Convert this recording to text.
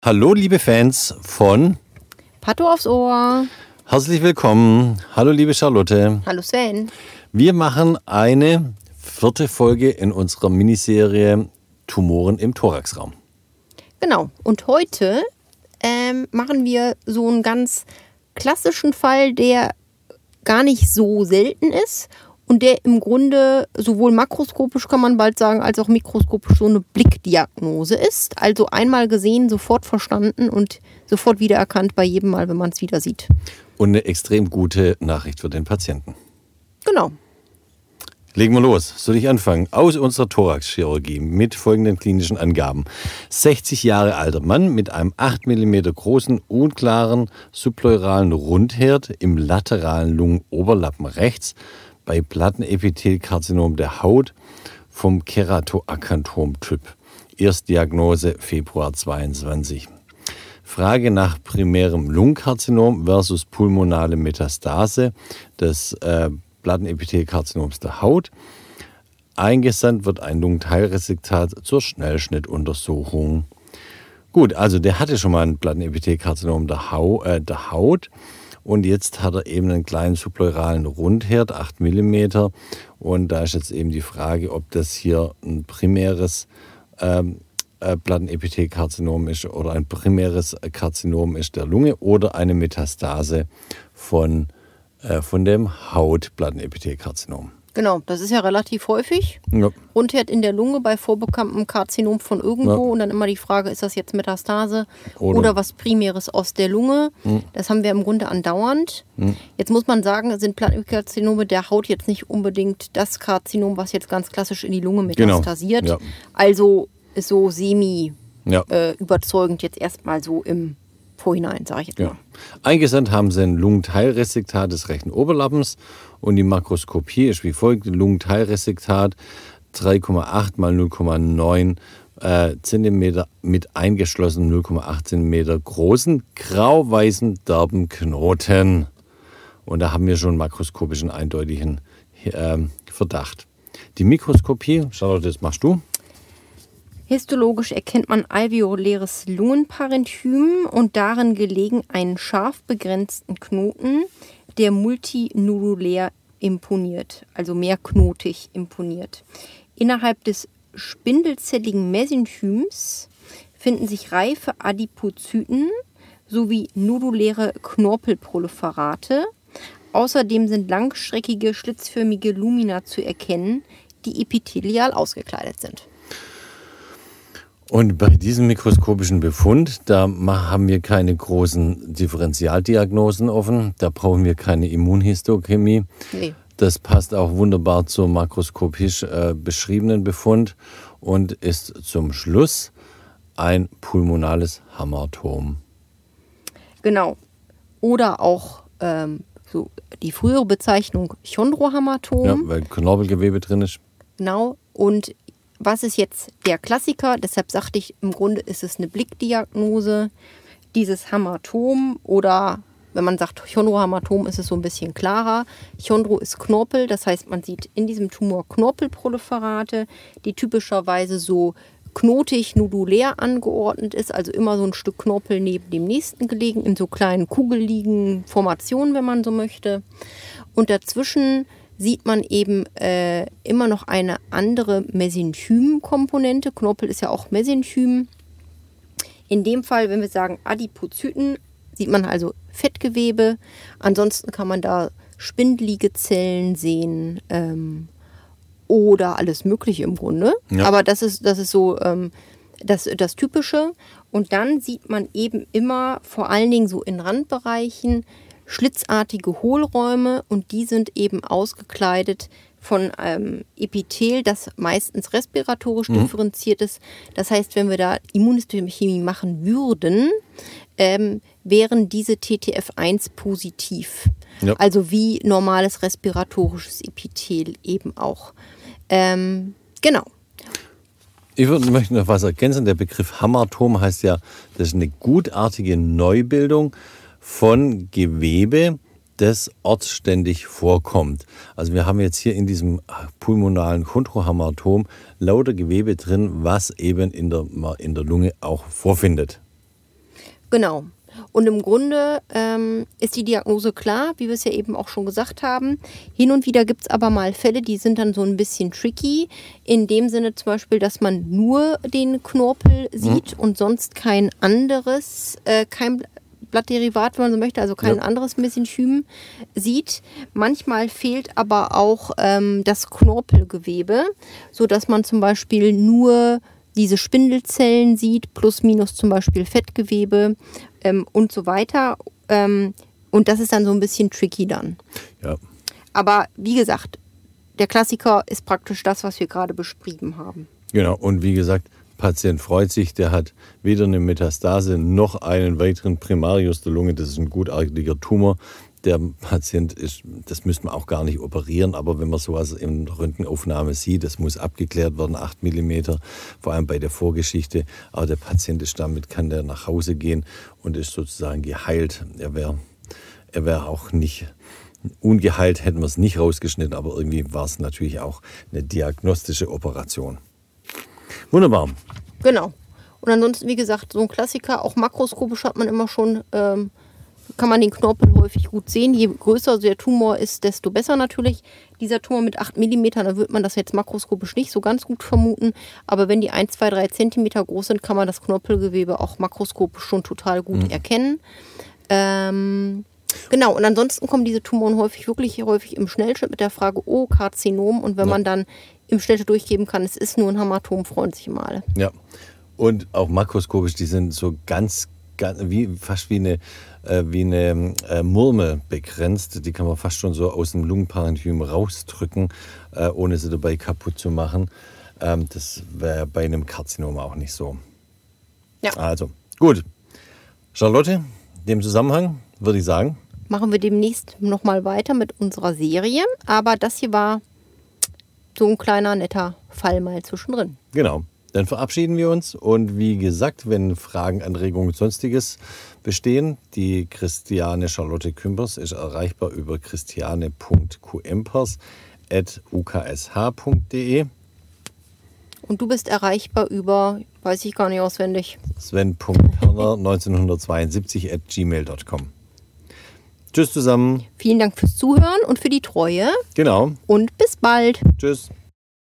Hallo liebe Fans von Pato aufs Ohr. Herzlich willkommen. Hallo liebe Charlotte. Hallo Sven. Wir machen eine 4. Folge in unserer Miniserie Tumoren im Thoraxraum. Genau. Und heute machen wir so einen ganz klassischen Fall, der gar nicht so selten ist und der im Grunde sowohl makroskopisch, kann man bald sagen, als auch mikroskopisch so eine Blickdiagnose ist. Also einmal gesehen, sofort verstanden und sofort wiedererkannt bei jedem Mal, wenn man es wieder sieht. Und eine extrem gute Nachricht für den Patienten. Genau. Legen wir los. Soll ich anfangen? Aus unserer Thoraxchirurgie mit folgenden klinischen Angaben. 60 Jahre alter Mann mit einem 8 mm großen, unklaren, subpleuralen Rundherd im lateralen Lungenoberlappen rechts bei Plattenepithelkarzinom der Haut vom Keratoakanthom-Typ. Erstdiagnose Februar 22. Frage nach primärem Lungenkarzinom versus pulmonale Metastase des Plattenepithelkarzinoms der Haut. Eingesandt wird ein Lungenteilresektat zur Schnellschnittuntersuchung. Gut, also der hatte schon mal ein Plattenepithelkarzinom der Haut und jetzt hat er eben einen kleinen subpleuralen Rundherd, 8 mm. Und da ist jetzt eben die Frage, ob das hier ein primäres Plattenepithelkarzinom ist oder ein primäres Karzinom ist der Lunge oder eine Metastase von dem Hautplattenepithelkarzinom. Genau, das ist ja relativ häufig. Ja. Rundherd in der Lunge bei vorbekanntem Karzinom von irgendwo. Ja. Und dann immer die Frage, ist das jetzt Metastase oder was Primäres aus der Lunge? Das haben wir im Grunde andauernd. Jetzt muss man sagen, sind Plattenepithelkarzinome der Haut jetzt nicht unbedingt das Karzinom, was jetzt ganz klassisch in die Lunge metastasiert. Genau. Ja. Also ist so überzeugend jetzt erstmal so im Vorhinein, sage ich jetzt mal. Ja. Eingesandt haben sie ein Lungenteilresektat des rechten Oberlappens und die Makroskopie ist wie folgt: Lungenteilresektat 3,8 mal 0,9 Zentimeter mit eingeschlossenem 0,8 Zentimeter großen grau-weißen derben Knoten. Und da haben wir schon makroskopischen eindeutigen Verdacht. Die Mikroskopie, Charlotte, das machst du. Histologisch erkennt man alveoläres Lungenparenchym und darin gelegen einen scharf begrenzten Knoten, der multinodulär imponiert, also mehrknotig imponiert. Innerhalb des spindelzelligen Mesenchyms finden sich reife Adipozyten sowie noduläre Knorpelproliferate. Außerdem sind langstreckige, schlitzförmige Lumina zu erkennen, die epithelial ausgekleidet sind. Und bei diesem mikroskopischen Befund, da haben wir keine großen Differentialdiagnosen offen, da brauchen wir keine Immunhistochemie. Nee. Das passt auch wunderbar zum makroskopisch beschriebenen Befund und ist zum Schluss ein pulmonales Hämatom. Genau. Oder auch so die frühere Bezeichnung Chondrohämatom. Ja, weil Knorpelgewebe drin ist. Genau. Und was ist jetzt der Klassiker? Deshalb sagte ich, im Grunde ist es eine Blickdiagnose. Dieses Hämatom oder wenn man sagt Chondrohämatom, ist es so ein bisschen klarer. Chondro ist Knorpel, das heißt, man sieht in diesem Tumor Knorpelproliferate, die typischerweise so knotig, nodulär angeordnet ist, also immer so ein Stück Knorpel neben dem nächsten gelegen, in so kleinen kugeligen Formationen, wenn man so möchte. Und dazwischen sieht man eben immer noch eine andere Mesenchym-Komponente. Knorpel ist ja auch Mesenchym. In dem Fall, wenn wir sagen Adipozyten, sieht man also Fettgewebe. Ansonsten kann man da spindelige Zellen sehen oder alles Mögliche im Grunde. Ja. Aber das ist so das Typische. Und dann sieht man eben immer vor allen Dingen so in Randbereichen schlitzartige Hohlräume und die sind eben ausgekleidet von Epithel, das meistens respiratorisch differenziert ist. Das heißt, wenn wir da Immunhistochemie machen würden, wären diese TTF1 positiv. Ja. Also wie normales respiratorisches Epithel eben auch. Genau. Ich möchte noch was ergänzen. Der Begriff Hämatom heißt ja, das ist eine gutartige Neubildung von Gewebe, das ortsständig vorkommt. Also wir haben jetzt hier in diesem pulmonalen Chondrohämatom lauter Gewebe drin, was eben in der Lunge auch vorfindet. Genau. Und im Grunde ist die Diagnose klar, wie wir es ja eben auch schon gesagt haben. Hin und wieder gibt es aber mal Fälle, die sind dann so ein bisschen tricky. In dem Sinne zum Beispiel, dass man nur den Knorpel sieht und sonst kein anderes, kein Blattderivat, wenn man so möchte, also kein anderes Mesenchym sieht. Manchmal fehlt aber auch das Knorpelgewebe, sodass man zum Beispiel nur diese Spindelzellen sieht, plus minus zum Beispiel Fettgewebe und so weiter. Und das ist dann so ein bisschen tricky dann. Ja. Aber wie gesagt, der Klassiker ist praktisch das, was wir gerade beschrieben haben. Genau, und wie gesagt, Patient freut sich, der hat weder eine Metastase noch einen weiteren Primarius der Lunge. Das ist ein gutartiger Tumor. Der Patient ist, das müsste man auch gar nicht operieren, aber wenn man sowas in der Röntgenaufnahme sieht, das muss abgeklärt werden, 8 mm, vor allem bei der Vorgeschichte. Aber der Patient ist damit, kann der nach Hause gehen und ist sozusagen geheilt. Er wäre auch nicht ungeheilt, hätten wir es nicht rausgeschnitten, aber irgendwie war es natürlich auch eine diagnostische Operation. Wunderbar. Genau. Und ansonsten, wie gesagt, so ein Klassiker, auch makroskopisch hat man immer schon, kann man den Knorpel häufig gut sehen. Je größer der Tumor ist, desto besser natürlich. Dieser Tumor mit 8 mm, da wird man das jetzt makroskopisch nicht so ganz gut vermuten. Aber wenn die 1, 2, 3 Zentimeter groß sind, kann man das Knorpelgewebe auch makroskopisch schon total gut erkennen. Genau, und ansonsten kommen diese Tumoren häufig im Schnellschnitt mit der Frage, oh, Karzinom. Und wenn man dann im Schnellschnitt durchgeben kann, es ist nur ein Hämatom, freuen sich mal. Ja, und auch makroskopisch, die sind so ganz fast wie eine Murmel begrenzt. Die kann man fast schon so aus dem Lungenparenchym rausdrücken, ohne sie dabei kaputt zu machen. Das wäre bei einem Karzinom auch nicht so. Ja. Also, gut. Charlotte, in dem Zusammenhang würde ich sagen, machen wir demnächst nochmal weiter mit unserer Serie. Aber das hier war so ein kleiner, netter Fall mal zwischendrin. Genau. Dann verabschieden wir uns und wie gesagt, wenn Fragen, Anregungen und Sonstiges bestehen, die Christiane Charlotte Kümpers ist erreichbar über christiane.kuempers@uksh.de. Und du bist erreichbar über, weiß ich gar nicht auswendig, sven.perner1972@gmail.com. Tschüss zusammen. Vielen Dank fürs Zuhören und für die Treue. Genau. Und bis bald. Tschüss.